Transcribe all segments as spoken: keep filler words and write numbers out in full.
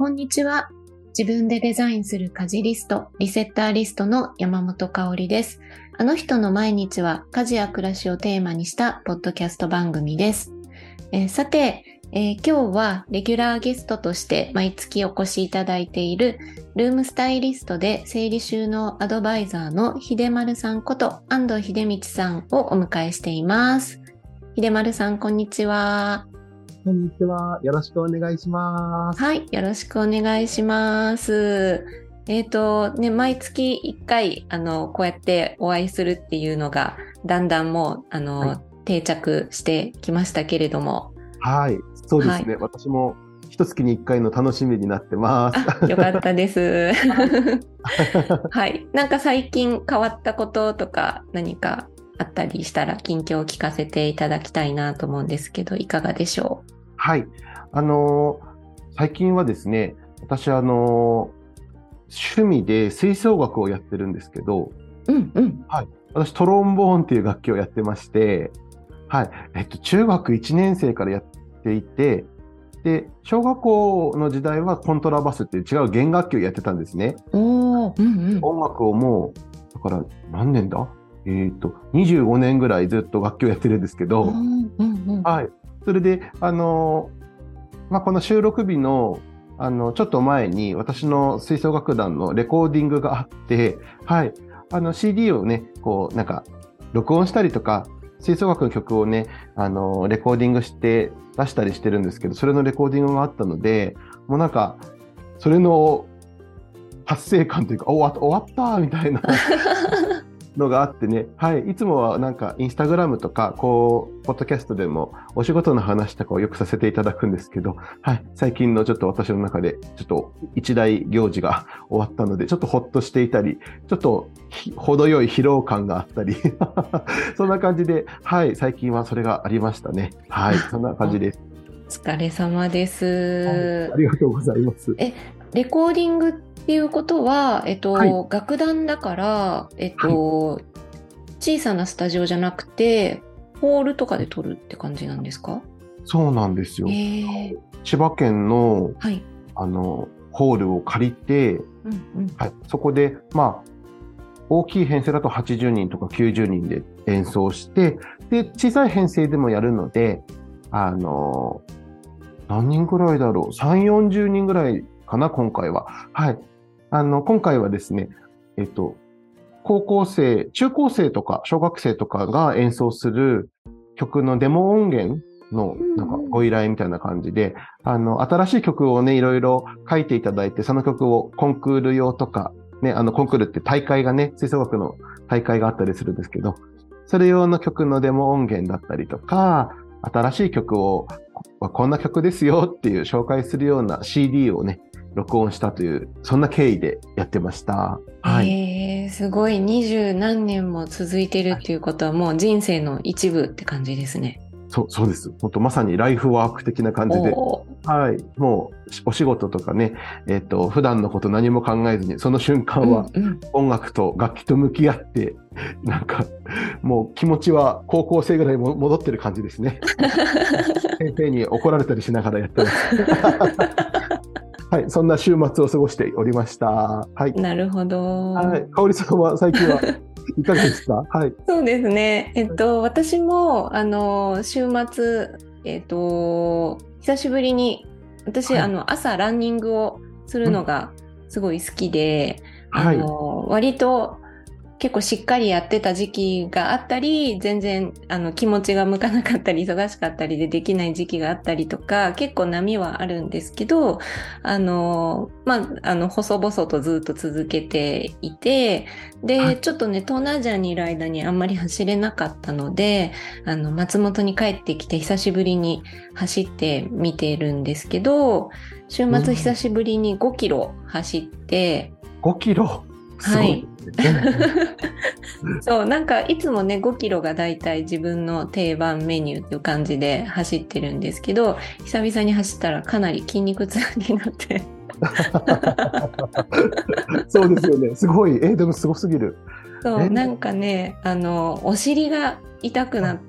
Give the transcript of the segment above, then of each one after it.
こんにちは。自分でデザインする家事リスト、リセッターリストの山本香織です。あの人の毎日は家事や暮らしをテーマにしたポッドキャスト番組です。えー、さて、えー、今日はレギュラーゲストとして毎月お越しいただいているルームスタイリストで整理収納アドバイザーの秀丸さんこと安藤秀道さんをお迎えしています。秀丸さん、こんにちは。 こんにちは。よろしくお願いします。 はい、よろしくお願いします。えっとね、毎月いっかいあのこうやってお会いするっていうのがだんだんもうあの、はい、定着してきましたけれども。 はい、そうですね。はい、私も一月にいっかいの楽しみになってます。 あ、よかったです。はい、なんか最近変わったこととか何かあったりしたら近況を聞かせていただきたいなと思うんですけど、いかがでしょう？ はい、あのー、最近はですね、私あのー、趣味で吹奏楽をやってるんですけど、 うんうん、 はい、私トロンボーンっていう楽器をやってまして、はい、えっと中学いちねん生からやっていて、で小学校の時代はコントラバスっていう違う弦楽器をやってたんですね。 おー、うんうん、 音楽をもうだから何年だ？えーと、にじゅうごねんぐらいずっと楽器をやってるんですけど、 うんうんうん、 はい。それで、あの、まあ、この収録日の、あの、ちょっと前に私の吹奏楽団のレコーディングがあって、はい。あの シーディー をね、こう、なんか、録音したりとか、吹奏楽の曲をね、あの、レコーディングして出したりしてるんですけど、それのレコーディングがあったので、もうなんか、それの達成感というか、終わった、終わったみたいな。のがあってね、はい、いつもはなんかインスタグラムとかこうポッドキャストでもお仕事の話とかをよくさせていただくんですけど、はい、最近のちょっと私の中でちょっと一大行事が終わったのでちょっとほっとしていたり、ちょっと程よい疲労感があったりそんな感じで、はい、最近はそれがありましたね。はい、そんな感じです。 お疲れ様です、 はい、ありがとうございます。 え、レコーディングっていうことは、えっと、はい、楽団だから、えっと、はい、小さなスタジオじゃなくて、ホールとかで撮るって感じなんですか？ そうなんですよ。千葉県の、はい、あの、ホールを借りて、うんうん、はい、そこで、まあ、大きい編成だとはちじゅうにんとかきゅうじゅうにんで演奏して、で、小さい編成でもやるので、あの、何人ぐらいだろう、さんじゅう、よんじゅうにんぐらいかな、今回は。はい。あの、今回はですね、えっと、高校生、中高生とか小学生とかが演奏する曲のデモ音源のなんかご依頼みたいな感じで、あの、新しい曲をね、いろいろ書いていただいて、その曲をコンクール用とか、ね、あの、コンクールって大会がね、吹奏楽の大会があったりするんですけど、それ用の曲のデモ音源だったりとか、新しい曲を、こんな曲ですよっていう紹介するような シーディー をね、録音したという、そんな経緯でやってました。はい。 えー、すごい、二十何年も続いてるっていうことは、もう人生の一部って感じですね。 そう、そうです。本当まさにライフワーク的な感じで。はい。もう、お仕事とかね、えっと、普段のこと何も考えずに、その瞬間は音楽と楽器と向き合って、うんうん、なんか、もう気持ちは高校生ぐらいも戻ってる感じですね。先生に怒られたりしながらやってます。はい、そんな週末を過ごしておりました。はい。 なるほど。 はい。香織さんは最近はいかがですか？はい。 そうですね。えっと、私も、あの、週末、えっと、久しぶりに、私、はい、あの、朝ランニングをするのがすごい好きで、うん、あの、はい、割と、結構しっかりやってた時期があったり、全然あの気持ちが向かなかったり、忙しかったりでできない時期があったりとか、結構波はあるんですけど、あの、まあ、あの、細々とずっと続けていて、で、はい、ちょっとね、東南アジアにいる間にあんまり走れなかったので、あの、松本に帰ってきて久しぶりに走ってみてるんですけど、週末久しぶりにごキロ走って、 うん、ごキロはい。そう、なんかいつもね、ごキロがだいたい自分の定番メニューっていう感じで走ってるんですけど、久々に走ったらかなり筋肉痛になって。 そうですよね。すごい。えー、でもすごすぎる。 そう、なんかね、あの、お尻が痛くなって、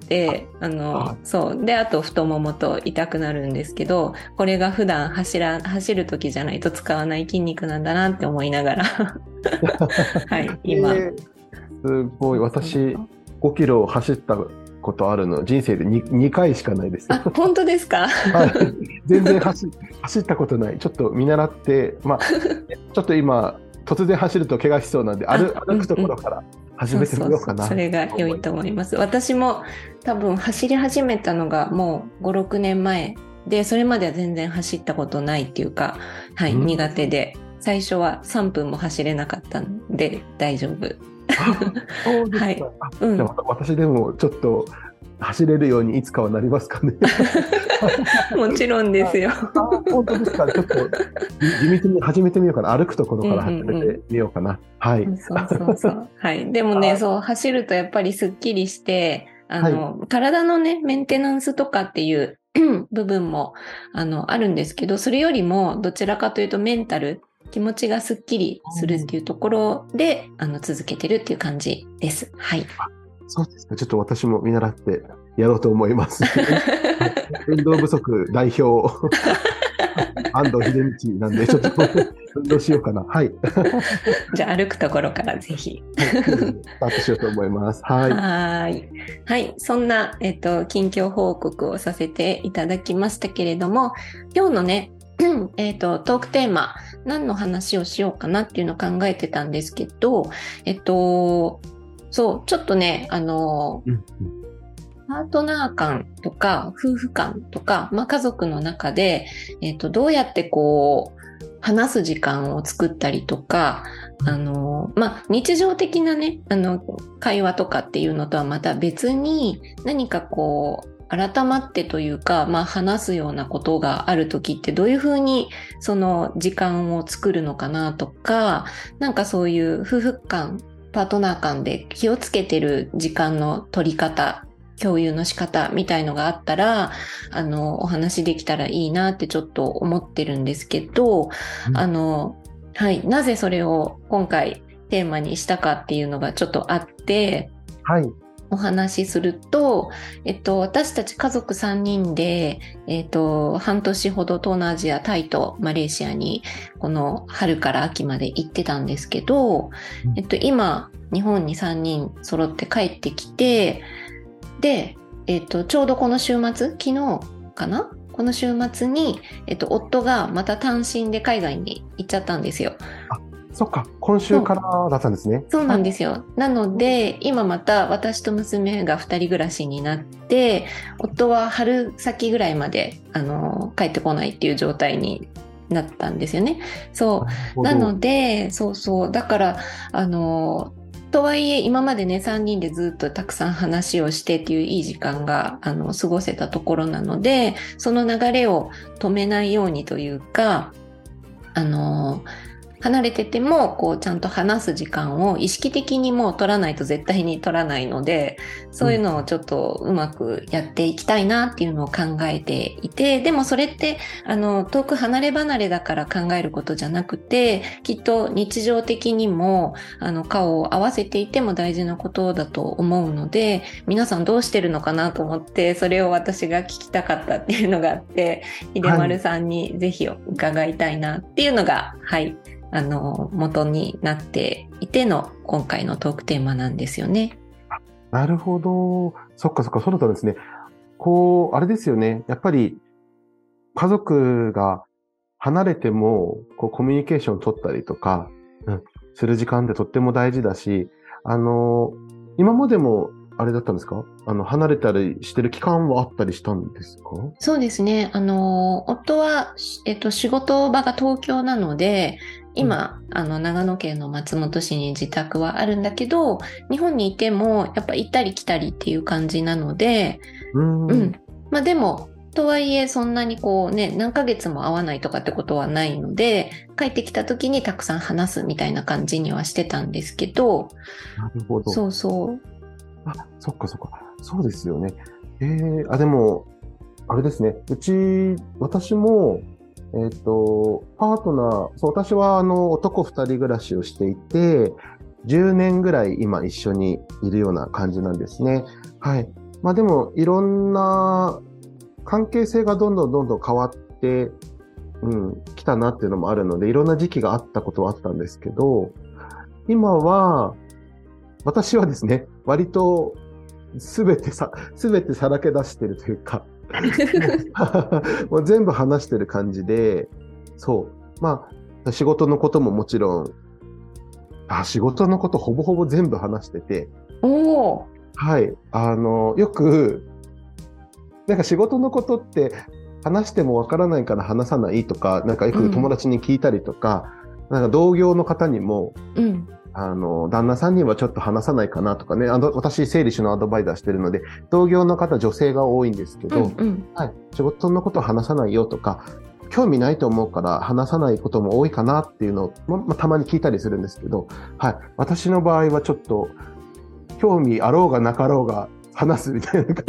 あの、そう。で、あと太ももと痛くなるんですけど、これが普段走ら、走る時じゃないと使わない筋肉なんだなって思いながら、はい、今。 えー、すごい。私、ごキロ走ったことあるの、人生で 2, にかいしかないです。 あ、本当ですか？ はい。全然走、走ったことない。ちょっと見習って、まあ、ちょっと今、突然走ると怪我しそうなんで、歩, 歩くところから始めてみようかな。 そうそうそう、それが良いと思います。私も多分走り始めたのがもうご、ろくねんまえで、それまでは全然走ったことないっていうか、はい、苦手で、最初はさんぷんも走れなかったんで大丈夫。 そうですか。はい、うん、私でもちょっと走れるようにいつかはなりますかね。 もちろんですよ。 本当ですか。ちょっと地道に始めてみようかな。歩くところから始めてみようかな。うんうんうん、 はい。そうそうそう。はい。でもね、そう走るとやっぱりすっきりして、あの、はい、体のねメンテナンスとかっていう部分もあのあるんですけど、それよりもどちらかというとメンタル、気持ちがすっきりするっていうところで、うん、あの続けてるっていう感じです。はい。 そうですか。ちょっと私も見習ってやろうと思います。運動不足代表安藤秀道なんで、ちょっと運動しようかな。はい。 じゃあ歩くところからぜひスタートしようと思います。はい。 はい。はい。そんな、えっと、近況報告をさせていただきましたけれども、今日のね、えっと、トークテーマ、何の話をしようかなっていうのを考えてたんですけど、えっと、そう、ちょっとね、あの、うんうん、パートナー間とか夫婦間とか、まあ、家族の中で、えっと、どうやってこう話す時間を作ったりとか、あの、まあ、日常的なね、あの会話とかっていうのとはまた別に何かこう改まってというか、まあ、話すようなことがあるときってどういうふうにその時間を作るのかなとか、なんかそういう夫婦間パートナー間で気をつけてる時間の取り方、共有の仕方みたいのがあったら、あの、お話できたらいいなってちょっと思ってるんですけど、うん、あの、はい、なぜそれを今回テーマにしたかっていうのがちょっとあって、 はい。 お話しすると、えっと、私たち家族さんにんで、えっと、半年ほど東南アジア、タイとマレーシアに、この春から秋まで行ってたんですけど、えっと、今、日本にさんにん揃って帰ってきて、で、えっと、ちょうどこの週末、昨日かな？この週末に、えっと、夫がまた単身で海外に行っちゃったんですよ。 あ、そっか、今週からだったんですね。 そうなんですよ。なので、今また私と娘がふたり暮らしになって、夫は春先ぐらいまで、あの、帰ってこないっていう状態になったんですよね。そう。なので、そうそう。だから、あの、とはいえ、今までね、さんにんでずっとたくさん話をしてっていういい時間が、あの、過ごせたところなので、その流れを止めないようにというか、あの、離れててもこうちゃんと話す時間を意識的にもう取らないと絶対に取らないので、そういうのをちょっとうまくやっていきたいなっていうのを考えていて、でもそれってあの遠く離れ離れだから考えることじゃなくて、きっと日常的にもあの顔を合わせていても大事なことだと思うので、皆さんどうしてるのかなと思って、それを私が聞きたかったっていうのがあって、秀丸さんにぜひ伺いたいなっていうのが、はい、あの元になっていての今回のトークテーマなんですよね。 なるほど。そっかそっか、そうだったんですね。こう、あれですよね。やっぱり家族が離れてもこうコミュニケーションを取ったりとか、うん、する時間ってとっても大事だし、あの、今までもあれだったんですか？あの、離れたりしてる期間はあったりしたんですか？ そうですね。あの、夫は、えっと、仕事場が東京なので、今、うん、あの、長野県の松本市に自宅はあるんだけど、日本にいても、やっぱ行ったり来たりっていう感じなので、うん。うん。まあでも、とはいえ、そんなにこうね、何ヶ月も会わないとかってことはないので、帰ってきた時にたくさん話すみたいな感じにはしてたんですけど、 なるほど。 そうそう。 あ、そっかそっか。そうですよね。えー、あ、でも、あれですね。うち、私も、えっと、パートナー、そう、私は、あの、男二人暮らしをしていて、 じゅうねんぐらい今一緒にいるような感じなんですね。はい。まあでもいろんな関係性がどんどんどんどん変わってうん、来たなっていうのもあるので、いろんな時期があったことはあったんですけど、今は、私はですね、割と、すべてさ、すべてさらけ出してるというか、もう全部話してる感じで、そう。まあ、仕事のことももちろん、あ、仕事のことほぼほぼ全部話してて、 おー。 はい。あの、よく、なんか仕事のことって、話してもわからないから話さないとか、なんかよく友達に聞いたりとか、うん、なんか同業の方にも、うん、あの、旦那さんにはちょっと話さないかなとかね、あの、私、整理士のアドバイザーしてるので、同業の方、女性が多いんですけど、うんうん、はい、仕事のことを話さないよとか、興味ないと思うから話さないことも多いかなっていうのを、ままたまに聞いたりするんですけど、はい、私の場合はちょっと、興味あろうがなかろうが話すみたいな感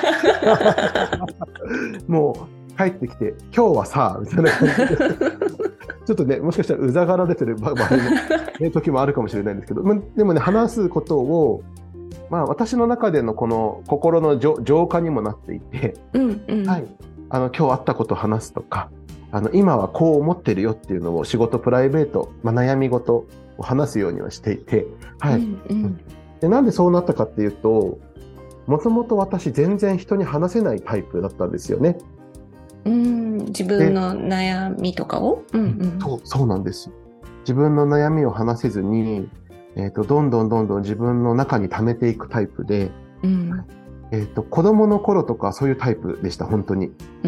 じで、もう、帰ってきて、今日はさ、みたいな感じで、ちょっとね、もしかしたらうざがられてる場合も、ね、時もあるかもしれないんですけど、ま、でもね、話すことを、まあ、私の中でのこの心の浄化にもなっていて、うんうん、はい、あの、今日あったことを話すとか、あの、今はこう思ってるよっていうのを仕事、プライベート、まあ、悩み事を話すようにはしていて、はい、うんうん、で。なんでそうなったかっていうと、もともと私全然人に話せないタイプだったんですよね。 うん、自分の悩みとかを、うんうん、 そう、そうなんです。自分の悩みを話せずに、えっと、どんどんどんどん自分の中に溜めていくタイプで、うん、えっと、子供の頃とかそういうタイプでした、本当に。うん、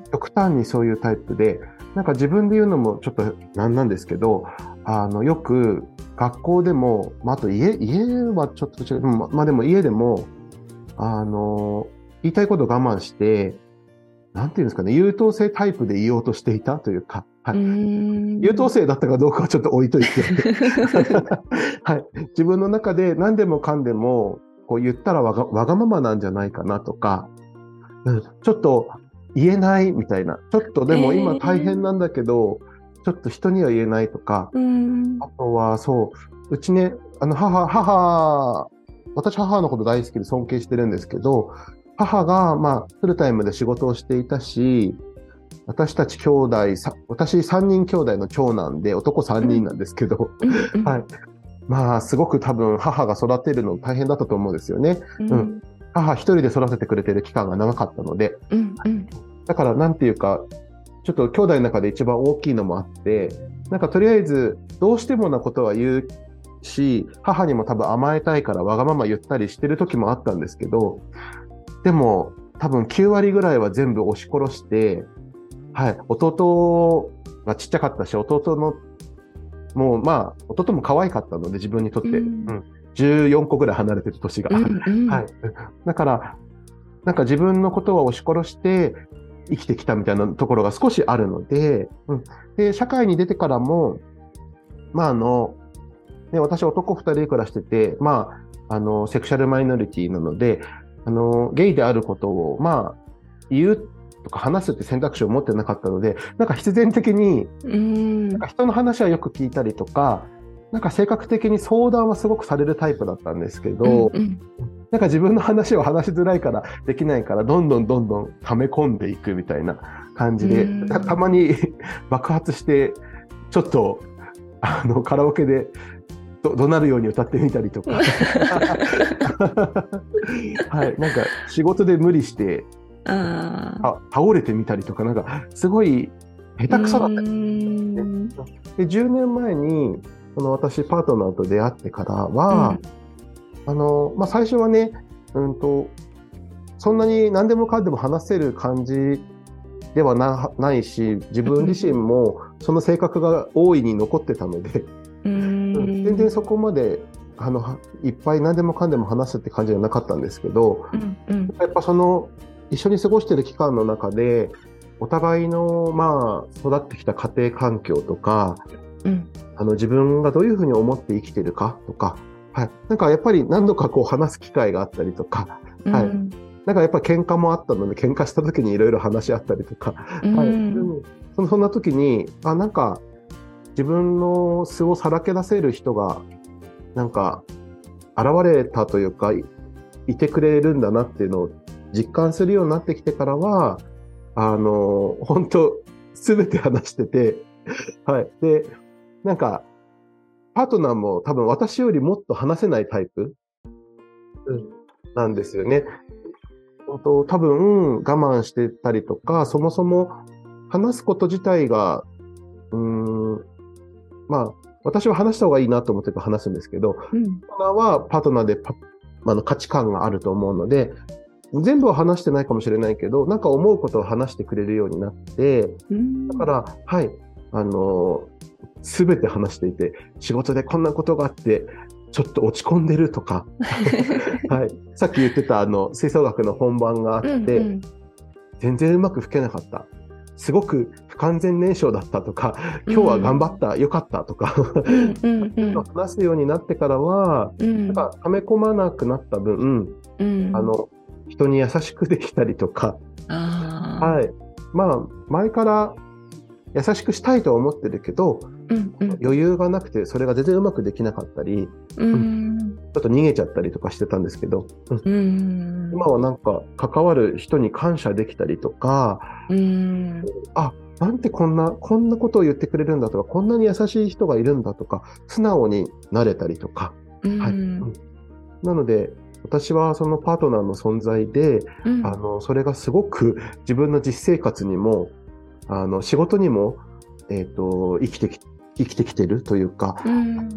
極端にそういうタイプで、なんか自分で言うのもちょっとなんなんですけど、あの、よく学校でも、まあ、あと家、家はちょっと違う、まあ、でも家でも、あの、言いたいこと我慢して、なんていうんですかね、優等生タイプで言おうとしていたというか、はい、優等生だったかどうかはちょっと置いといて、はい、自分の中で何でもかんでもこう言ったらわが、わがままなんじゃないかなとか、うん、ちょっと言えないみたいな、ちょっとでも今大変なんだけど、ちょっと人には言えないとか、あとはそう、うちね、あの母、母、私母のこと大好きで尊敬してるんですけど、母が、まあ、フルタイムで仕事をしていたし、私たち兄弟、私さんにん兄弟の長男で男さんにんなんですけど、うん、はい。まあ、すごく多分母が育てるの大変だったと思うんですよね。うん。うん、母一人で育ててくれてる期間が長かったので、うんうん、だからなんていうか、ちょっと兄弟の中で一番大きいのもあって、なんかとりあえずどうしてもなことは言うし、母にも多分甘えたいからわがまま言ったりしてる時もあったんですけど、でも多分きゅうわりぐらいは全部押し殺して、はい、弟がちっちゃかったし、弟の、もうまあ、弟も可愛かったので自分にとって、うんうん、じゅうよんこぐらい離れてる年が、うんうん、はい。だから、なんか自分のことは押し殺して生きてきたみたいなところが少しあるので、うん、で、社会に出てからも、まああの、ね、私男二人暮らしてて、まあ、あの、セクシャルマイノリティなので、あの、ゲイであることを、まあ、言うとか話すって選択肢を持ってなかったので、なんか必然的に、なんか人の話はよく聞いたりとか、なんか性格的に相談はすごくされるタイプだったんですけど、うんうん、なんか自分の話を話しづらいからできないから、どんどんどんどん溜め込んでいくみたいな感じで、た, たまに爆発して、ちょっと、あの、カラオケで、ど、怒鳴るように歌ってみたりとか。はい。なんか仕事で無理して、あ倒れてみたりとか、なんかすごい下手くそだったり、ね。で、じゅうねんまえに、その私パートナーと出会ってからは、うん、あの、まあ、最初はね、うんと、そんなに何でもかんでも話せる感じでは な, ないし、自分自身もその性格が大いに残ってたので、うん、全然そこまであのいっぱい何でもかんでも話すって感じじゃなかったんですけど、うんうん、やっぱその一緒に過ごしてる期間の中でお互いのまあ育ってきた家庭環境とか、うん、あの自分がどういうふうに思って生きてるかとか、はい、なんかやっぱり何度かこう話す機会があったりとか、うんはい、なんかやっぱ喧嘩もあったので喧嘩した時にいろいろ話し合ったりとか、うんはい、でもそのそんな時にあなんか自分の素をさらけ出せる人がなんか、現れたというか、い、いてくれるんだなっていうのを実感するようになってきてからは、あの、本当すべて話してて、はい。で、なんか、パートナーも多分私よりもっと話せないタイプ、うん、なんですよね。本当多分我慢してたりとか、そもそも話すこと自体が、うーん、まあ、私は話した方がいいなと思ってるから話すんですけど、 うん、 パートナーはパートナーでパ、あの価値観があると思うので、全部は話してないかもしれないけど、なんか思うことを話してくれるようになって、 うん、 だから、はい、あの、すべて話していて、仕事でこんなことがあって、ちょっと落ち込んでるとか、はい、さっき言ってたあの吹奏楽の本番があって、うんうん、全然うまく吹けなかった。すごく不完全燃焼だったとか、今日は頑張った、うん、よかったとか、うんうんうん、話すようになってからは、うん、なんか溜め込まなくなった分、うん、あの人に優しくできたりとか、 あ、 はい、まあ前から優しくしたいとは思ってるけど、うんうん、余裕がなくてそれが全然うまくできなかったり、うんうん、ちょっと逃げちゃったりとかしてたんですけど、うん、今はなんか関わる人に感謝できたりとか、うん、あ、なんてこんなこんなことを言ってくれるんだとか、こんなに優しい人がいるんだとか、素直になれたりとか、うんはいうん、なので私はそのパートナーの存在で、うん、あのそれがすごく自分の実生活にもあの仕事にも、えーと、生きてき生きてきてるというか、うん、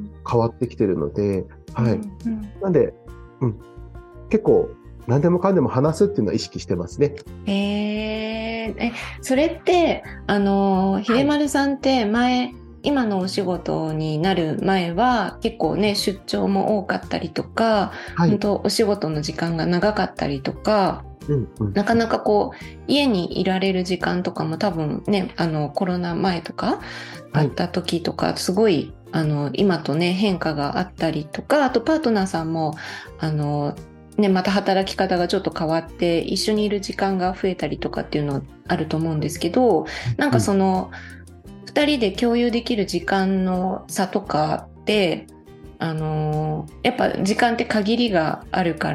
変わってきてるので、はい。うんうん、なんで、うん、結構何でもかんでも話すっていうのは意識してますね。 へー、え、それってあの秀丸さんって前、はい、今のお仕事になる前は結構ね出張も多かったりとか、はい、本当お仕事の時間が長かったりとか、うんうん、なかなかこう家にいられる時間とかも多分ねあのコロナ前とかあった時とか、はい、すごいあの今とね変化があったりとか、あとパートナーさんもあのねまた働き方がちょっと変わって一緒にいる時間が増えたりとかっていうのあると思うんですけど、なんかその、うん、ふたりで共有できる時間の差とかってあのー、やっぱ時間って限りがあるから、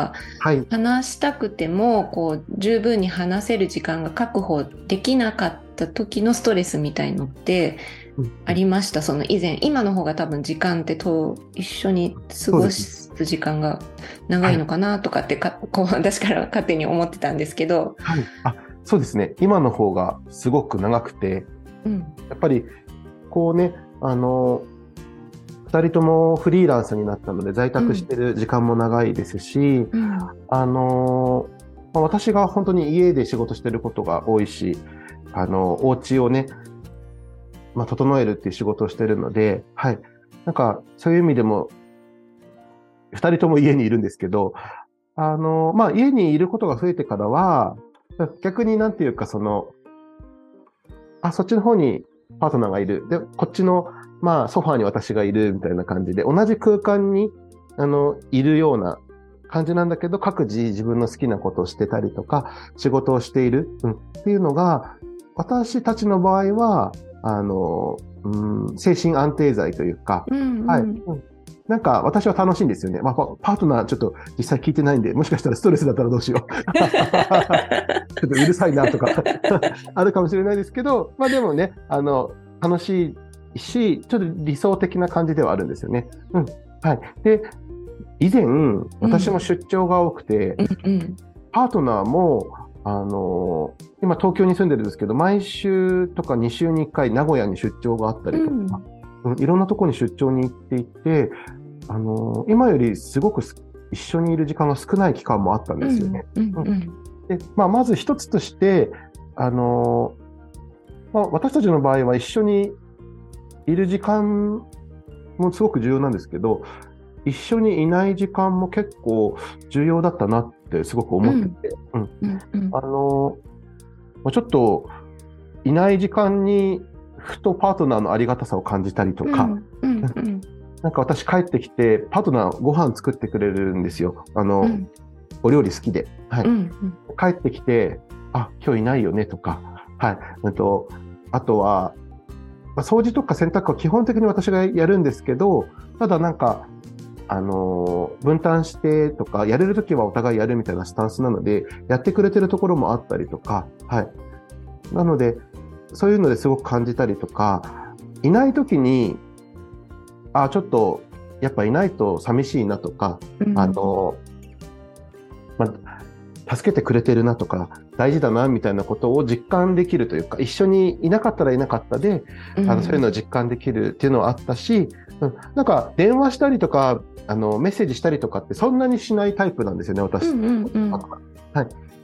はい、話したくてもこう十分に話せる時間が確保できなかった時のストレスみたいのってありました？その以前、今の方が多分時間ってと一緒に過ごす時間が長いのかなとかってか、こう私から勝手に思ってたんですけど、 はい、あ、そうですね、今の方がすごく長くて、うん、やっぱりこうねあのふたりともフリーランスになったので在宅してる時間も長いですし、うん、あの私が本当に家で仕事してることが多いし、あのお家をね、まあ、整えるっていう仕事をしてるので、はい、なんかそういう意味でもふたりとも家にいるんですけど、あのまあ家にいることが増えてからは逆になんていうかそのあそっちの方にパートナーがいる、でこっちのまあソファーに私がいるみたいな感じで同じ空間にあのいるような感じなんだけど、各自自分の好きなことをしてたりとか仕事をしている、うん、っていうのが私たちの場合はあの、うん、精神安定剤というか、うんうんはいうん、なんか私は楽しいんですよね。まあ、パートナーちょっと実際聞いてないんで、もしかしたらストレスだったらどうしよう。ちょっとうるさいなとかあるかもしれないですけど、まあでもね、あの楽しいし、ちょっと理想的な感じではあるんですよね。うん。はい。で、以前、私も出張が多くて、うんうん、パートナーも、あの、今東京に住んでるんですけど、毎週とかにしゅうにいっかい名古屋に出張があったりとか、うん、いろんなところに出張に行っていて、あの、今よりすごく一緒にいる時間が少ない期間もあったんですよね。うんうんうん、でまあ、まず一つとして、あの、まあ、私たちの場合は一緒にいる時間もすごく重要なんですけど、一緒にいない時間も結構重要だったなってすごく思ってて、うんうんうん、あのちょっといない時間にふとパートナーのありがたさを感じたりとか、うんうんうん、なんか私帰ってきてパートナーご飯作ってくれるんですよ。あの、うん、お料理好きで、はいうんうん、帰ってきてあ今日いないよねとか、はい、あと、あとは掃除とか洗濯は基本的に私がやるんですけど、ただなんかあの、分担してとか、やれるときはお互いやるみたいなスタンスなので、やってくれてるところもあったりとか、はい。なので、そういうのですごく感じたりとか、いないときに、あ、ちょっと、やっぱいないと寂しいなとか、うん、あの、まあ、助けてくれてるなとか、大事だなみたいなことを実感できるというか、一緒にいなかったらいなかったで、うん、あのそういうのを実感できるっていうのはあったし、うん、なんか電話したりとか、あのメッセージしたりとかってそんなにしないタイプなんですよね、私。うんうんうん、はい。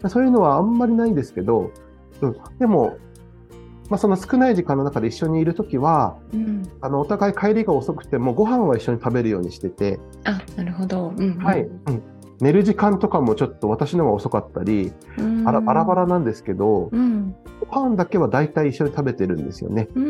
そういうのはあんまりないんですけど、うん、でも、まあ、その少ない時間の中で一緒にいるときは、うん、あのお互い帰りが遅くてもご飯は一緒に食べるようにしてて。 あ、なるほど。うんうん、 はい、うん。寝る時間とかもちょっと私の方が遅かったり、バラバラバラなんですけど、うん、ご飯だけは大体一緒に食べてるんですよね。うん、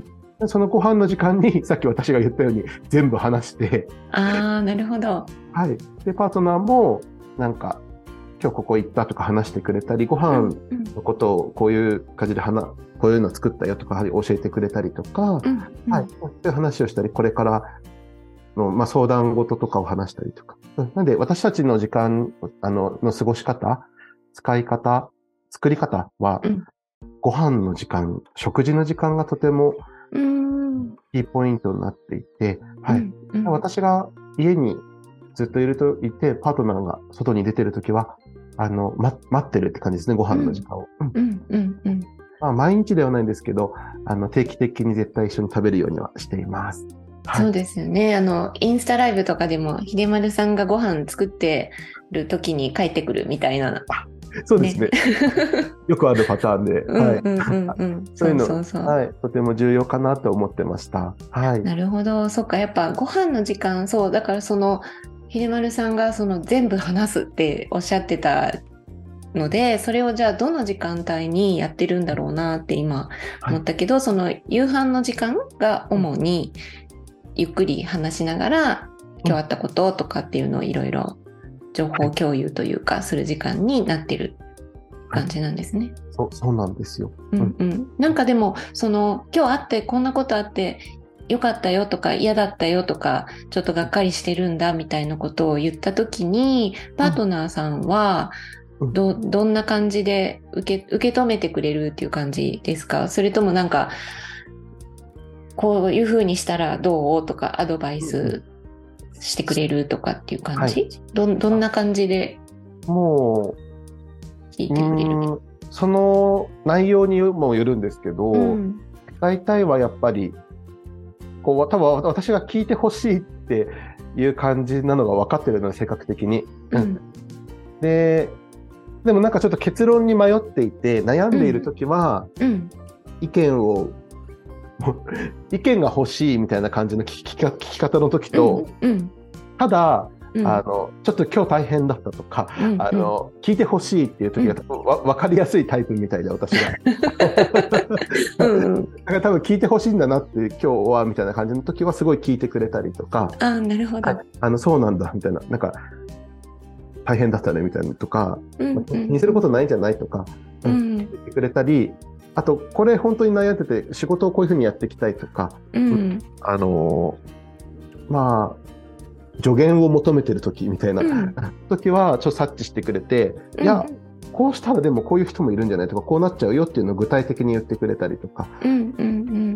そのご飯の時間にさっき私が言ったように全部話して。 ああ、なるほど。 はい。で、パートナーもなんか今日ここ行ったとか話してくれたり、ご飯のことをこういう感じで話、こういうの作ったよとか教えてくれたりとか、うんうん、はい。そういう話をしたり、これからの、まあ、相談事とかを話したりとか。なんで、私たちの時間、あの、の過ごし方、使い方、作り方は、うん、ご飯の時間、食事の時間がとても、キーポイントになっていて、はい。うんうん、私が家にずっといるといて、パートナーが外に出てるときは、あの、ま、待ってるって感じですね、ご飯の時間を。うんうんうんうん、まあ、毎日ではないんですけど、あの、定期的に絶対一緒に食べるようにはしています。 はい、そうですよね。あの、インスタライブとかでも、秀丸さんがご飯作ってる時に帰ってくるみたいな。 そうですね。ねよくあるパターンで。はい。そういうの、そうそうそう、はい。とても重要かなと思ってました。はい。 なるほど。そっか、やっぱご飯の時間、そう、だからその、秀丸さんがその全部話すっておっしゃってたので、それをじゃあどの時間帯にやってるんだろうなって今思ったけど、はい、その夕飯の時間が主に、ゆっくり話しながら今日あったこととかっていうのをいろいろ情報共有というかする時間になってる感じなんですね。はい、 そう、そうなんですよ。 うんうん。なんかでもその今日あってこんなことあってよかったよとか嫌だったよとかちょっとがっかりしてるんだみたいなことを言った時にパートナーさんはど、どんな感じで受け、受け止めてくれるっていう感じですか？それともなんかこういう風にしたらどうとかアドバイスしてくれるとかっていう感じ、はい、ど, どんな感じでもう聞いてくれる？その内容にもよるんですけど、うん、大体はやっぱりこう多分私が聞いてほしいっていう感じなのが分かってるので性格的に、うん、で, でもなんかちょっと結論に迷っていて悩んでいるときは、うんうん、意見を意見が欲しいみたいな感じの聞き、聞き方の時と、うんうん、ただ、うん、あのちょっと今日大変だったとか、うんうん、あの聞いて欲しいっていう時が、うん、わ分かりやすいタイプみたいで私がうん、だから多分聞いて欲しいんだなって今日はみたいな感じの時はすごい聞いてくれたりとか、 あ、なるほど、 はい、あのそうなんだみたいな、なんか大変だったねみたいなとか、うんうん、気にすることないんじゃないとか、うん、言ってくれたり、あとこれ本当に悩んでて仕事をこういうふうにやっていきたいとか、うん、あのまあ助言を求めてる時みたいな、うん、時はちょっと察知してくれて、うん、いやこうしたらでもこういう人もいるんじゃないとか、こうなっちゃうよっていうのを具体的に言ってくれたりとか、うんうんうん、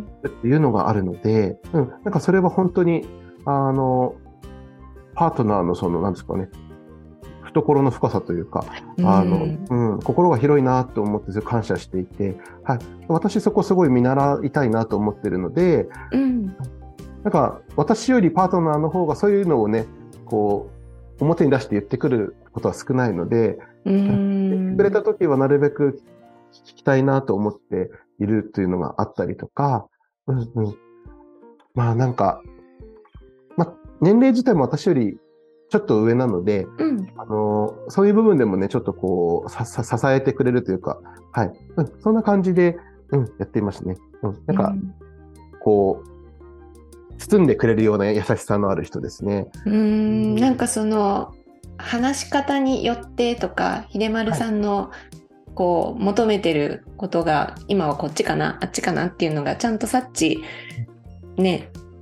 っていうのがあるので、うん、なんかそれは本当にあのパートナーのそのなんですかね、懐の深さというか、あの、うん、心が広いなと思って感謝していて、はい、私そこすごい見習いたいなと思ってるので、うん、なんか私よりパートナーの方がそういうのをね、こう表に出して言ってくることは少ないので、うん、言ってくれた時はなるべく聞きたいなと思っているというのがあったりとか、うんうん、まあなんか、まあ、年齢自体も私よりちょっと上なので、うん、あのそういう部分でもね、ちょっとこうささ支えてくれるというか、はい、うん、そんな感じで、うん、やっていますね。うん、なんか、うん、こう包んでくれるような優しさのある人ですね。 うーん、なんかその話し方によってとか、秀丸さんの、はい、こう求めてることが今はこっちかな、あっちかなっていうのがちゃんと察知ね。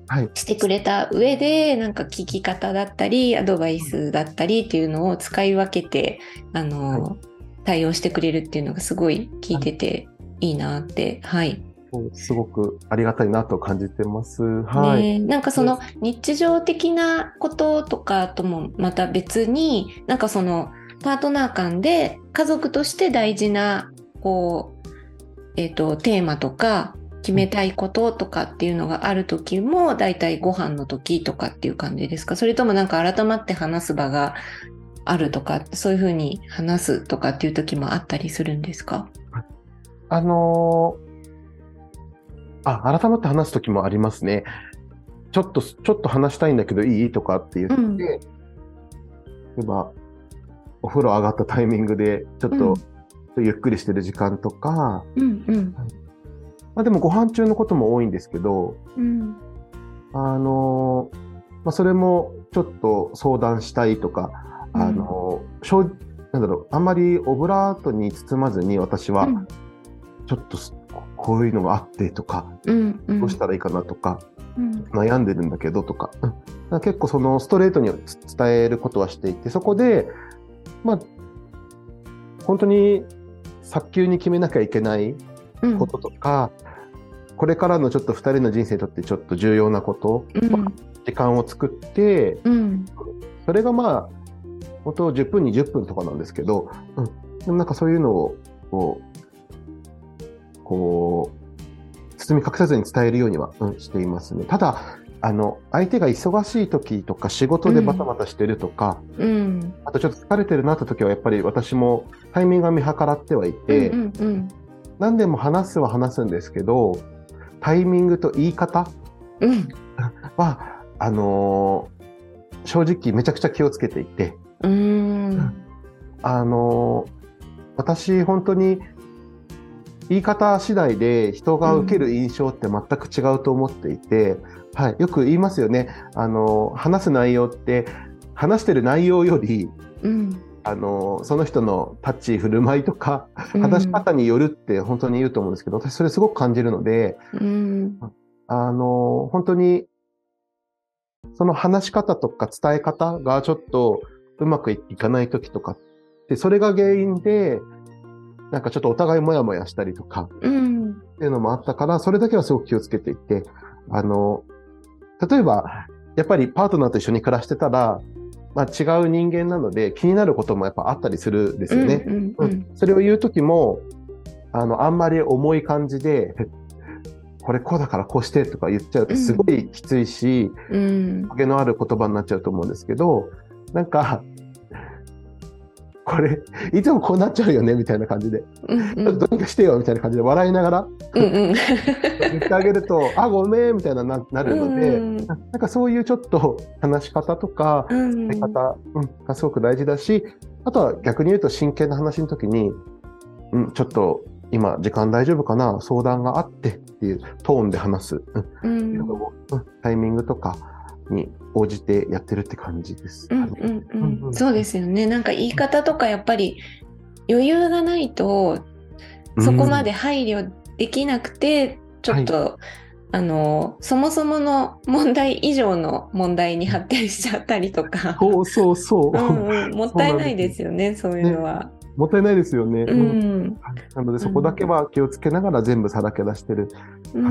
してくれた上で、なんか聞き方だったり、アドバイスだったりっていうのを使い分けて、あの、はい、対応してくれるっていうのがすごい聞いてていいなって、はい。 すごくありがたいなと感じてます。はい。 ね、なんかその日常的なこととかともまた別に、なんかそのパートナー間で家族として大事な、こう、えっと、テーマとか、決めたいこととかっていうのがある時も、だいたいご飯の時とかっていう感じですか？それともなんか改まって話す場があるとか、そういうふうに話すとかっていう時もあったりするんですか？ あのー、あ、改まって話す時もありますね。ちょっと、ちょっと話したいんだけどいいとかって言って、うん、例えば、お風呂上がったタイミングで、ちょっと、うん、ゆっくりしてる時間とか、うんうんまあ、でもご飯中のことも多いんですけど、うん、あの、まあ、それもちょっと相談したいとか、うん、あの、なんだろう、あんまりオブラートに包まずに私は、ちょっとこういうのがあってとか、うんうん、どうしたらいいかなとか、うん、悩んでるんだけどとか、うん、結構そのストレートに伝えることはしていて、そこで、まあ、本当に早急に決めなきゃいけないこととか、うん、これからのちょっとふたりの人生にとってちょっと重要なこと、うんまあ、時間を作って、うん、それがまあ本当じゅっぷんにじゅっぷんとかなんですけど、うん、でもなんかそういうのをこう、こう包み隠さずに伝えるようには、うん、していますね。ただあの相手が忙しい時とか仕事でバタバタしてるとか、うん、あとちょっと疲れてるなって時はやっぱり私もタイミングが見計らってはいて、うんうんうん、何でも話すは話すんですけど、タイミングと言い方は、うん、あのー、正直めちゃくちゃ気をつけていて、うーんあのー、私本当に言い方次第で人が受ける印象って全く違うと思っていて、うんはい、よく言いますよね。あの話す内容って話してる内容より、うん、あのその人の立ち振る舞いとか、うん、話し方によるって本当に言うと思うんですけど、私それすごく感じるので、うん、あの本当にその話し方とか伝え方がちょっとうまくいかない時とかってそれが原因でなんかちょっとお互いモヤモヤしたりとか、うん、っていうのもあったから、それだけはすごく気をつけていて、あの例えばやっぱりパートナーと一緒に暮らしてたら、まあ、違う人間なので気になることもやっぱあったりするんですよね、うんうんうんうん、それを言う時もあのあんまり重い感じでこれこうだからこうしてとか言っちゃうとすごいきついし、うん、影のある言葉になっちゃうと思うんですけど、なんかこれいつもこうなっちゃうよねみたいな感じで、うんうん、どうにかしてよみたいな感じで笑いながら、うんうん、言ってあげるとあごめんみたいなななるので、うんうん、なんかそういうちょっと話し方とか伝え方、うん、がすごく大事だし、あとは逆に言うと真剣な話の時に、うん、ちょっと今時間大丈夫かな、相談があってっていうトーンで話す、うんうん、タイミングとかに応じてやってるって感じです。 うんうんうんうん、そうですよね。なんか言い方とかやっぱり余裕がないとそこまで配慮できなくて、うん、ちょっと、はい、あのそもそもの問題以上の問題に発展しちゃったりとか、 そうそうそう、 うんうん、もったいないですよね、そういうのは、ね、 もったいないですよね、うん、なのでそこだけは気をつけながら全部さらけ出してる、うん、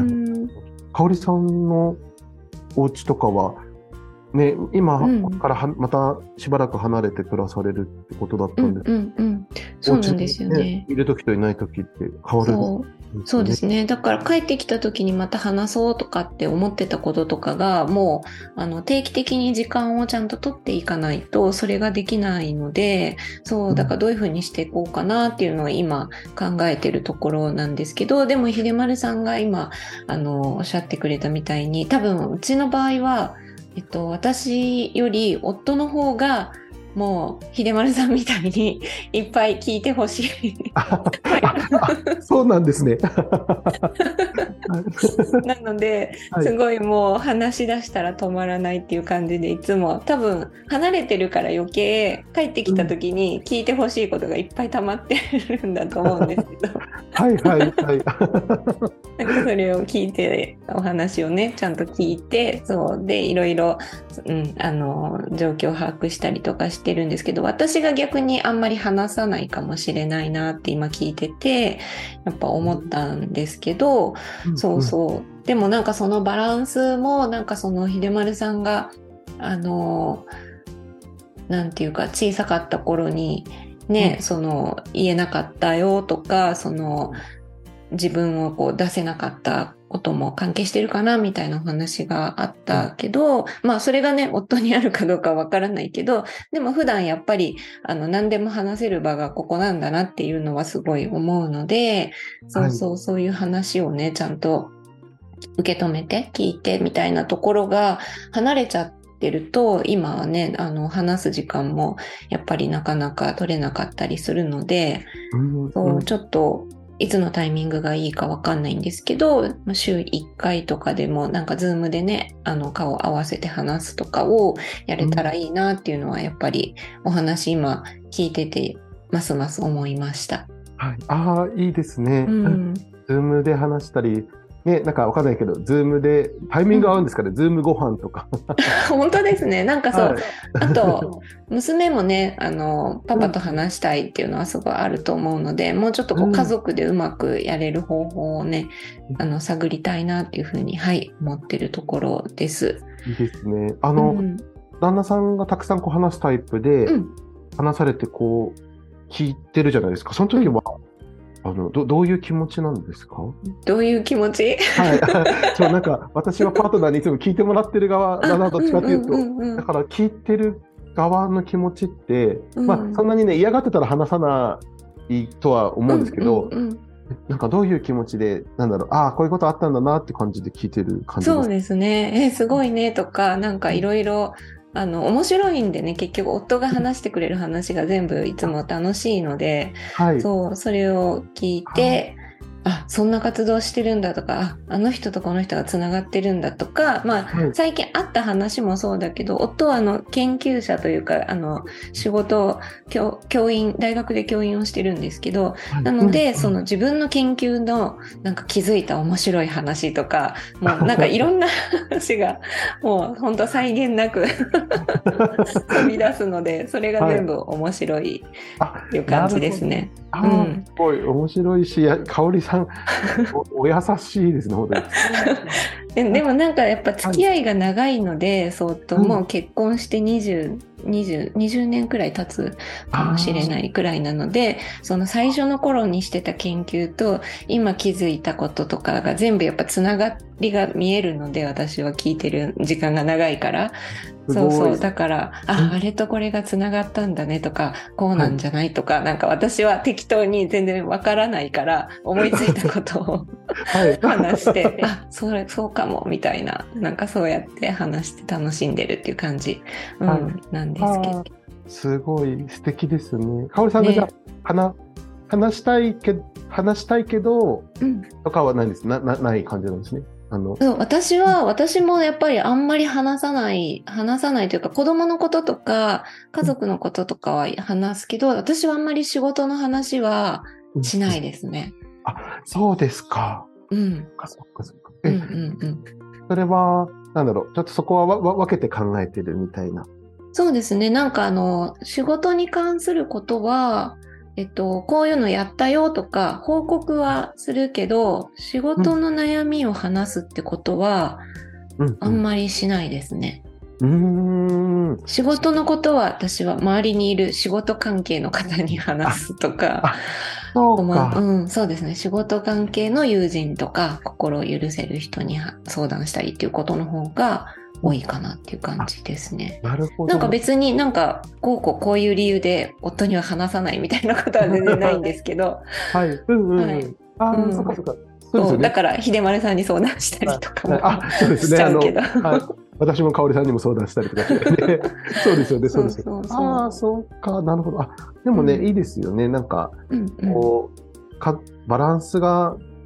かおりさんのお家とかはね、今、うん、からはまたしばらく離れて暮らされるってことだったんです、うんうんうん、 そうなんですよね。ね、 いる時といない時って変わる、 そう、そうですね。だから帰ってきた時にまた話そうとかって思ってたこととかがもうあの定期的に時間をちゃんと取っていかないとそれができないので、そうだからどういうふうにしていこうかなっていうのを今考えてるところなんですけど、でも秀丸さんが今あのおっしゃってくれたみたいに、多分うちの場合はえっと、私より夫の方がもう秀丸さんみたいにいっぱい聞いてほしいそうなんですねなので、すごいもう話し出したら止まらないっていう感じで、いつも多分離れてるから余計帰ってきた時に聞いてほしいことがいっぱい溜まってるんだと思うんですけどはいはいはい。 なんかそれを聞いて、お話をねちゃんと聞いて、そうでいろいろ、うん、あの状況を把握したりとかしてるんですけど、私が逆にあんまり話さないかもしれないなって今聞いててやっぱ思ったんですけど、うん、そうそう、でもなんかそのバランスもなんかその秀丸さんがあのなんていうか小さかった頃にね、うん、その言えなかったよとか、その自分をこう出せなかったことも関係してるかなみたいなお話があったけど、うん、まあそれがね夫にあるかどうかわからないけど、でも普段やっぱりあの何でも話せる場がここなんだなっていうのはすごい思うので、そうそう、そういう話をねちゃんと受け止めて聞いてみたいなところが離れちゃってると、今はねあの話す時間もやっぱりなかなか取れなかったりするので、うんうん、そうちょっといつのタイミングがいいかわかんないんですけど、週いっかいとかでもなんかズームでねあの顔を合わせて話すとかをやれたらいいなっていうのはやっぱりお話今聞いててますます思いました。 はい、ああいいですね。うん、ズームで話したりね、なんかわかんないけど、ズームでタイミング合うんですかね、うん、ズームご飯とか。 本当ですね。なんかそう、はい、あと娘もね、あのパパと話したいっていうのはすごいあると思うので、うん、もうちょっとこう家族でうまくやれる方法をね、うん、あの探りたいなっていうふうにはい思ってるところです。 いいですね。あの、うん、旦那さんがたくさんこう話すタイプで、うん、話されてこう聞いてるじゃないですか。その時は、うんあの ど, どういう気持ちなんですか？ どういう気持ち？ はい、そうなんか私はパートナーにいつも聞いてもらってる側だな、どっちかというと、うんうんうんうん、だから聞いてる側の気持ちって、うん、まあそんなにね嫌がってたら話さないとは思うんですけど、うんうんうん、なんかどういう気持ちでなんだろう、ああこういうことあったんだなって感じで聞いてる感じですか？ そうですね、えすごいねとかなんかいろいろあの面白いんでね、結局夫が話してくれる話が全部いつも楽しいので、はい、そうそれを聞いて、あそんな活動してるんだとか、ああの人とこの人がつながってるんだとか、まあ、はい、最近あった話もそうだけど、夫はあの研究者というかあの仕事 教, 教員大学で教員をしてるんですけど、はい、なので、うん、その自分の研究のなんか気づいた面白い話とか、もうなんかいろんな話がもう本当再現なく飛び出すので、それが全部面白いっていう感じですね。 はい、あ、うん、すごい面白いし、香織さんお, お優しいですね、本当に。 で, でもなんかやっぱ付き合いが長いので、はい、そうともう結婚してにじゅう、にじゅう、にじゅうねんくらい経つかもしれないくらいなので、その最初の頃にしてた研究と今気づいたこととかが全部やっぱつながりが見えるので、私は聞いてる時間が長いから、そうそう、だからああれとこれがつながったんだねとか、こうなんじゃないとか、はい、なんか私は適当に全然わからないから思いついたことを話して、あそれそうかもみたいな、なんかそうやって話して楽しんでるっていう感じ、うんはい、なんですけど。 すごい素敵ですね。香織さんがじゃあ、ね、話, 話したいけ話したいけど、うん、とかはないんです。な, なない感じなんですね。あのそう私は私もやっぱりあんまり話さない話さないというか、子供のこととか家族のこととかは話すけど、私はあんまり仕事の話はしないですね。 うん、あそうですか。 うん。 そっかそっか。え、うんうんうん。それはなんだろう、ちょっとそこはわわ分けて考えてるみたいな。 そうですね。なんかあの仕事に関することは。えっと、こういうのやったよとか報告はするけど、仕事の悩みを話すってことはあんまりしないですね。 うんうん、 仕事のことは私は周りにいる仕事関係の方に話すとか、 そうか、 うん、そうですね。仕事関係の友人とか心を許せる人に相談したりっていうことの方が多いかなっていう感じですね。 なるほど。 なんか別になんかこうこうこういう理由で夫には話さないみたいなことは全然ないんですけどはい、うんうん、はい、あ、うん、そっかそっか。 そうですよね。だから秀丸さんに相談したりとかもあそうですね、しちゃうけど、 はい、私も香織さんにも相談したりとかして、ね、そうですよね、そうですよ。そうそうそう、ああ、そうか、なるほど。あ、でもね、うん、いいですよね。なんか、うんうん、こうかバランスが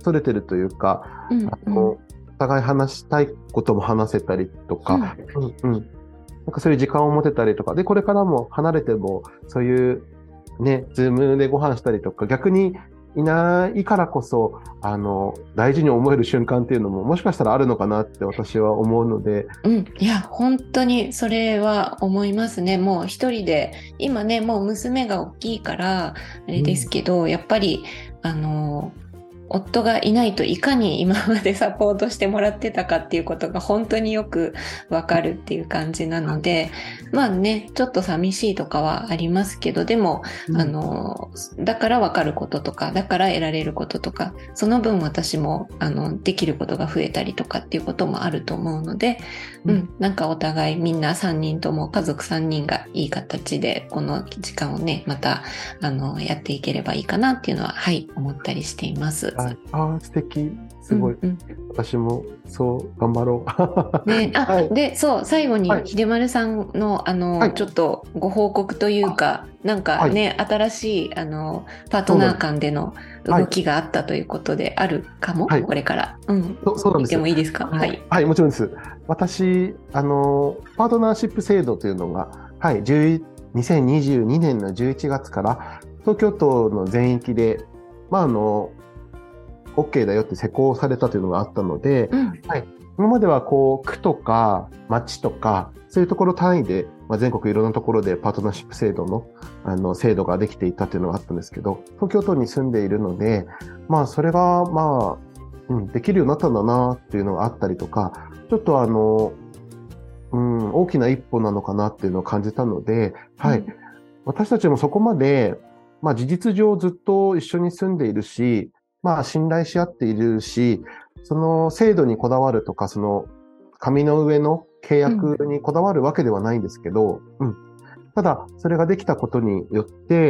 それてるというか、 うんうん、 あのお互い話したいことも話せたりとか、うんうんうん、なんかそういう時間を持てたりとか、で、これからも離れても、そういうね、ズームでご飯したりとか、逆にいないからこそ、あの、大事に思える瞬間っていうのももしかしたらあるのかなって私は思うので。 うん。いや、本当にそれは思いますね。もう一人で、今ね、もう娘が大きいから、あれですけど、うん、やっぱり、あの、夫がいないといかに今までサポートしてもらってたかっていうことが本当によくわかるっていう感じなので、まあね、ちょっと寂しいとかはありますけど、でも、うん、あの、だからわかることとか、だから得られることとか、その分私も、あの、できることが増えたりとかっていうこともあると思うので、うん、うん、なんかお互いみんなさんにんとも家族さんにんがいい形で、この時間をね、また、あの、やっていければいいかなっていうのは、はい、思ったりしています。 はい、ああ、素敵。すごい、うんうん。私もそう頑張ろう。 ね、あ、はい、で、そう、最後に秀丸さんの、あの、はい、ちょっとご報告というか、なんかね、はい、新しい、あの、パートナー間での動きがあったということであるかも、はい、これから。うん。 そ, そうなんです。 見てもいいですか？はい。 はい、もちろんです。私、あの、パートナーシップ制度というのが、はい、にせんにじゅうにねんのじゅういちがつから東京都の全域で、まあ、あの、OK だよって施行されたというのがあったので、うん、はい、今まではこう区とか町とかそういうところ単位で、まあ、全国いろんなところでパートナーシップ制度のあの制度ができていたというのがあったんですけど、東京都に住んでいるので、まあそれがまあ、うん、できるようになったんだなっていうのがあったりとか、ちょっとあの、うん、大きな一歩なのかなっていうのを感じたので、はい、うん、私たちもそこまで、まあ事実上ずっと一緒に住んでいるし、まあ信頼し合っているし、その制度にこだわるとか、その紙の上の契約にこだわるわけではないんですけど、うん、うん、ただそれができたことによって、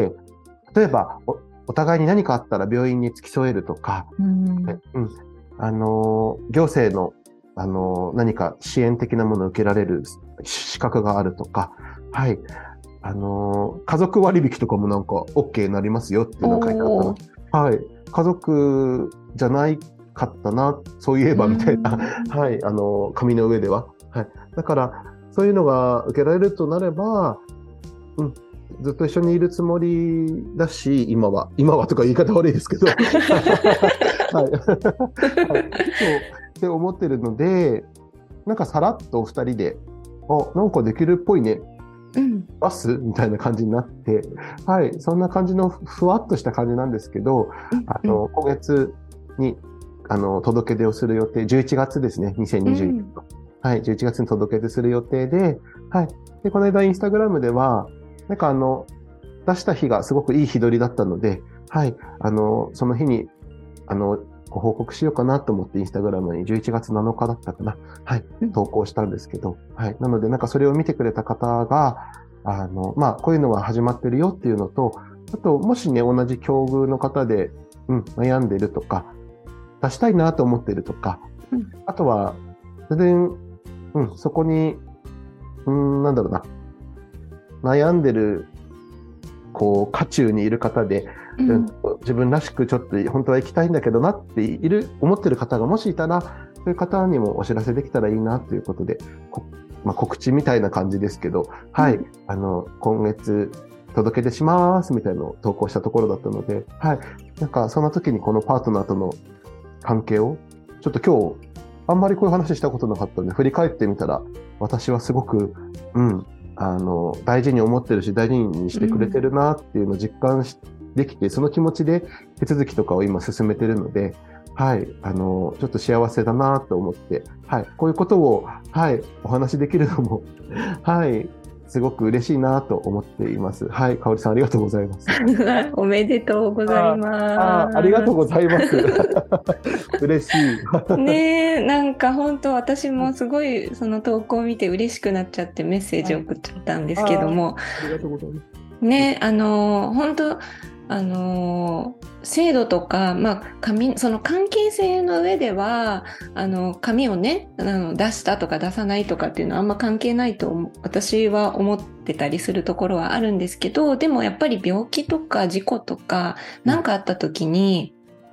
例えば お, お互いに何かあったら病院に付き添えるとか、うんうん、あの行政のあの何か支援的なものを受けられる資格があるとか、はい、あの家族割引とかもなんか OK になりますよっていうのが書いてあったの。はい。家族じゃないかったな、そういえばみたいな、はい、あの、紙の上では。はい。だから、そういうのが受けられるとなれば、うん、ずっと一緒にいるつもりだし、今は、今はとか言い方悪いですけど、はい。はい、そうって思ってるので、なんかさらっとお二人で、あ、なんかできるっぽいね。うん、バスみたいな感じになって、はい、そんな感じのふわっとした感じなんですけど、うん、あの、今月に、あの、届け出をする予定、じゅういちがつですね、にせんにじゅうにねんの、うん。はい、じゅういちがつに届け出する予定で、はい。で、この間インスタグラムでは、なんかあの、出した日がすごくいい日取りだったので、はい、あの、その日に、あの、ご報告しようかなと思ってインスタグラムにじゅういちがつなのかだったかな。はい。投稿したんですけど。はい。なので、なんかそれを見てくれた方が、あの、まあ、こういうのが始まってるよっていうのと、あと、もしね、同じ境遇の方で、うん、悩んでるとか、出したいなと思ってるとか、うん、あとは、全然、うん、そこに、うん、なんだろうな、悩んでる、こう、渦中にいる方で、うん、自分らしくちょっと本当は行きたいんだけどなっている、思ってる方がもしいたら、そういう方にもお知らせできたらいいなということで、まあ、告知みたいな感じですけど、はい、うん、あの、今月届け出しますみたいなのを投稿したところだったので、はい、なんかその時にこのパートナーとの関係を、ちょっと今日、あんまりこういう話したことなかったんで、振り返ってみたら、私はすごく、うん、あの、大事に思ってるし、大事にしてくれてるなっていうのを実感して、できて、その気持ちで手続きとかを今進めてるので、はい、あの、ちょっと幸せだなと思って、はい、こういうことを、はい、お話しできるのも、はい、すごく嬉しいなと思っています。はい、かおりさんありがとうございます。 おめでとうございます。 ああ、ありがとうございます。嬉しい。 ねえ、なんか本当私もすごいその投稿を見て嬉しくなっちゃってメッセージを送っちゃったんですけども。 あ, ありがとうございます。 ね、あの、本当あの制度とか、まあ、紙その関係性の上ではあの紙をねあの出したとか出さないとかっていうのはあんま関係ないと私は思ってたりするところはあるんですけど、でもやっぱり病気とか事故とか何かあった時に、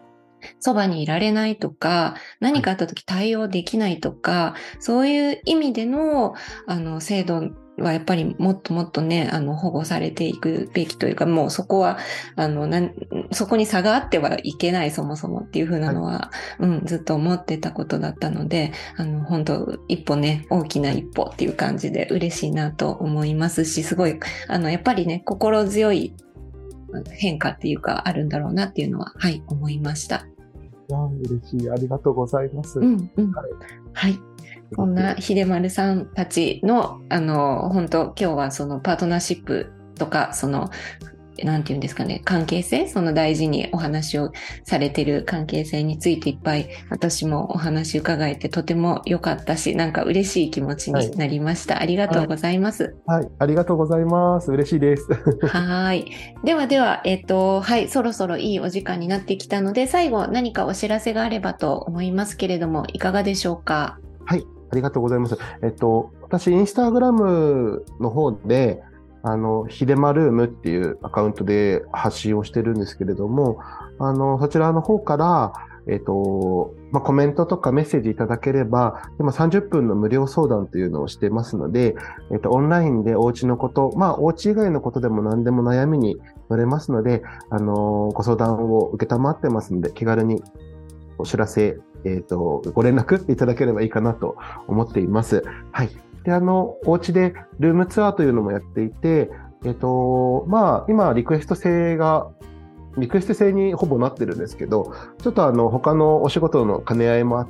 そばにいられないとか、何かあった時対応できないとか、そういう意味での、あの、制度はやっぱりもっともっとね、あの、保護されていくべきというか、もうそこは、あの、なん、そこに差があってはいけない、そもそもっていうふうなのは、はい、うん、ずっと思ってたことだったので、あの、本当一歩ね、大きな一歩っていう感じで嬉しいなと思いますし、すごい、あの、やっぱりね、心強い変化っていうか、あるんだろうなっていうのは、はい、思いました。 いや、嬉しい。ありがとうございます。 うんうん。はい。はいそんな秀丸さんたちの、あの、本当今日はそのパートナーシップとか、その、なんていうんですかね、関係性、その大事にお話をされてる関係性についていっぱい私もお話伺えてとても良かったし、なんか嬉しい気持ちになりました。はい、ありがとうございます。 はい、はい、ありがとうございます。嬉しいです。 はい。ではでは、えっと、はい、そろそろいいお時間になってきたので、最後何かお知らせがあればと思いますけれども、いかがでしょうか？ はい、ありがとうございます。えっと、私、インスタグラムの方で、あの、ひでまルームっていうアカウントで発信をしてるんですけれども、あの、そちらの方から、えっと、まあ、コメントとかメッセージいただければ、今さんじゅっぷんの無料相談というのをしてますので、えっと、オンラインでお家のこと、まあ、お家以外のことでも何でも悩みに乗れますので、あの、ご相談を受けたまってますので、気軽にお知らせ、えっと、ご連絡いただければいいかなと思っています。はい。で、あの、お家でルームツアーというのもやっていて、えっと、まあ、今、リクエスト制が、リクエスト制にほぼなってるんですけど、ちょっとあの、他のお仕事の兼ね合いもあって、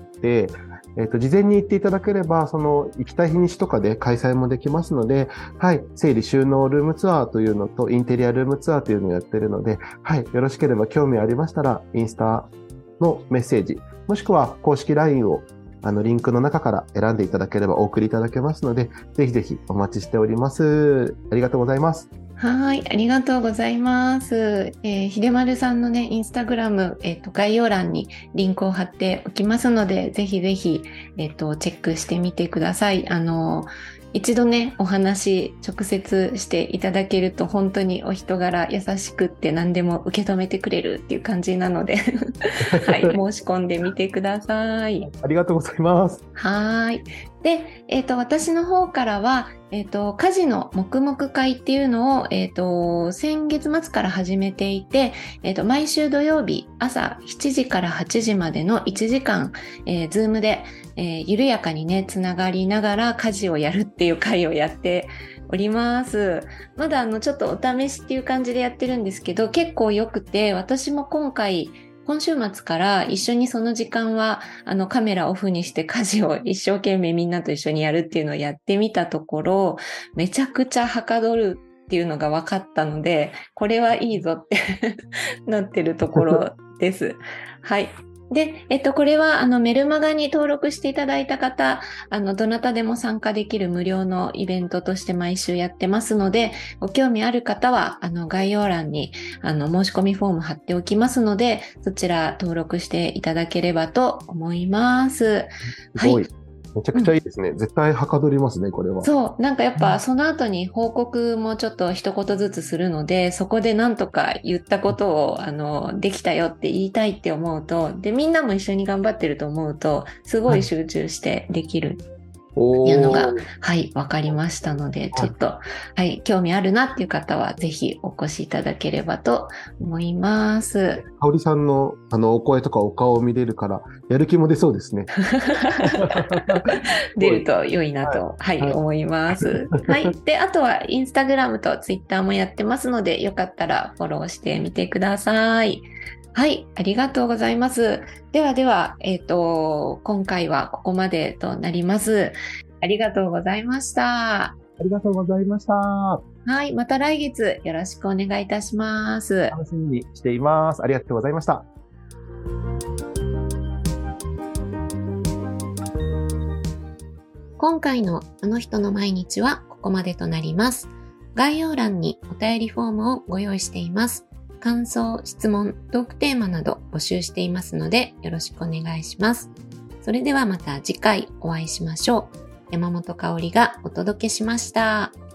えっと、事前に行っていただければ、その、行きたい日にちとかで開催もできますので、はい、整理収納ルームツアーというのと、インテリアルームツアーというのをやってるので、はい、よろしければ興味ありましたら、インスタのメッセージ、もしくは公式 ライン をあのリンクの中から選んでいただければお送りいただけますので、ぜひぜひお待ちしております。ありがとうございます。 はい、ありがとうございます。えー、秀丸さんのね、インスタグラム、えっと、概要欄にリンクを貼っておきますので、ぜひぜひ、えっと、チェックしてみてください。あの、一度ね、お話直接していただけると本当にお人柄優しくって何でも受け止めてくれるっていう感じなので、はい、申し込んでみてください。 ありがとうございます。 はい。で、えっと、私の方からは、えっと、家事の黙々会っていうのを、えっと、先月末から始めていて、えっと、毎週土曜日朝しちじからはちじまでのいちじかん、えー、ズームで、えー、緩やかにね、つながりながら家事をやるっていう会をやっております。まだあの、ちょっとお試しっていう感じでやってるんですけど、結構良くて、私も今回、今週末から一緒にその時間はあのカメラオフにして家事を一生懸命みんなと一緒にやるっていうのをやってみたところ、めちゃくちゃはかどるっていうのが分かったので、これはいいぞってなってるところです。はい。で、えっと、これは、あの、メルマガに登録していただいた方、あの、どなたでも参加できる無料のイベントとして毎週やってますので、ご興味ある方は、あの、概要欄に、あの、申し込みフォーム貼っておきますので、そちら登録していただければと思います。 はい。めちゃくちゃいいですね。うん、絶対はかどりますね、これは。 そう。なんかやっぱその後に報告もちょっと一言ずつするので、そこでなんとか言ったことを、あの、できたよって言いたいって思うと、で、みんなも一緒に頑張ってると思うと、すごい集中してできる。っていうのが、はい、わかりましたので、ちょっと、はい、はい、興味あるなっていう方は、ぜひお越しいただければと思います。 かおりさんの、あの、お声とかお顔を見れるから、やる気も出そうですね。 出ると良いなと、はい、はい、思います。はい。で、あとは、インスタグラムとツイッターもやってますので、よかったらフォローしてみてください。はい、ありがとうございます。ではでは、えっと、今回はここまでとなります。ありがとうございました。 ありがとうございました。はい、また来月よろしくお願いいたします。 楽しみにしています。ありがとうございました。 今回のあの人の毎日はここまでとなります。概要欄にお便りフォームをご用意しています。感想、質問、トークテーマなど募集していますのでよろしくお願いします。それではまた次回お会いしましょう。山本香織がお届けしました。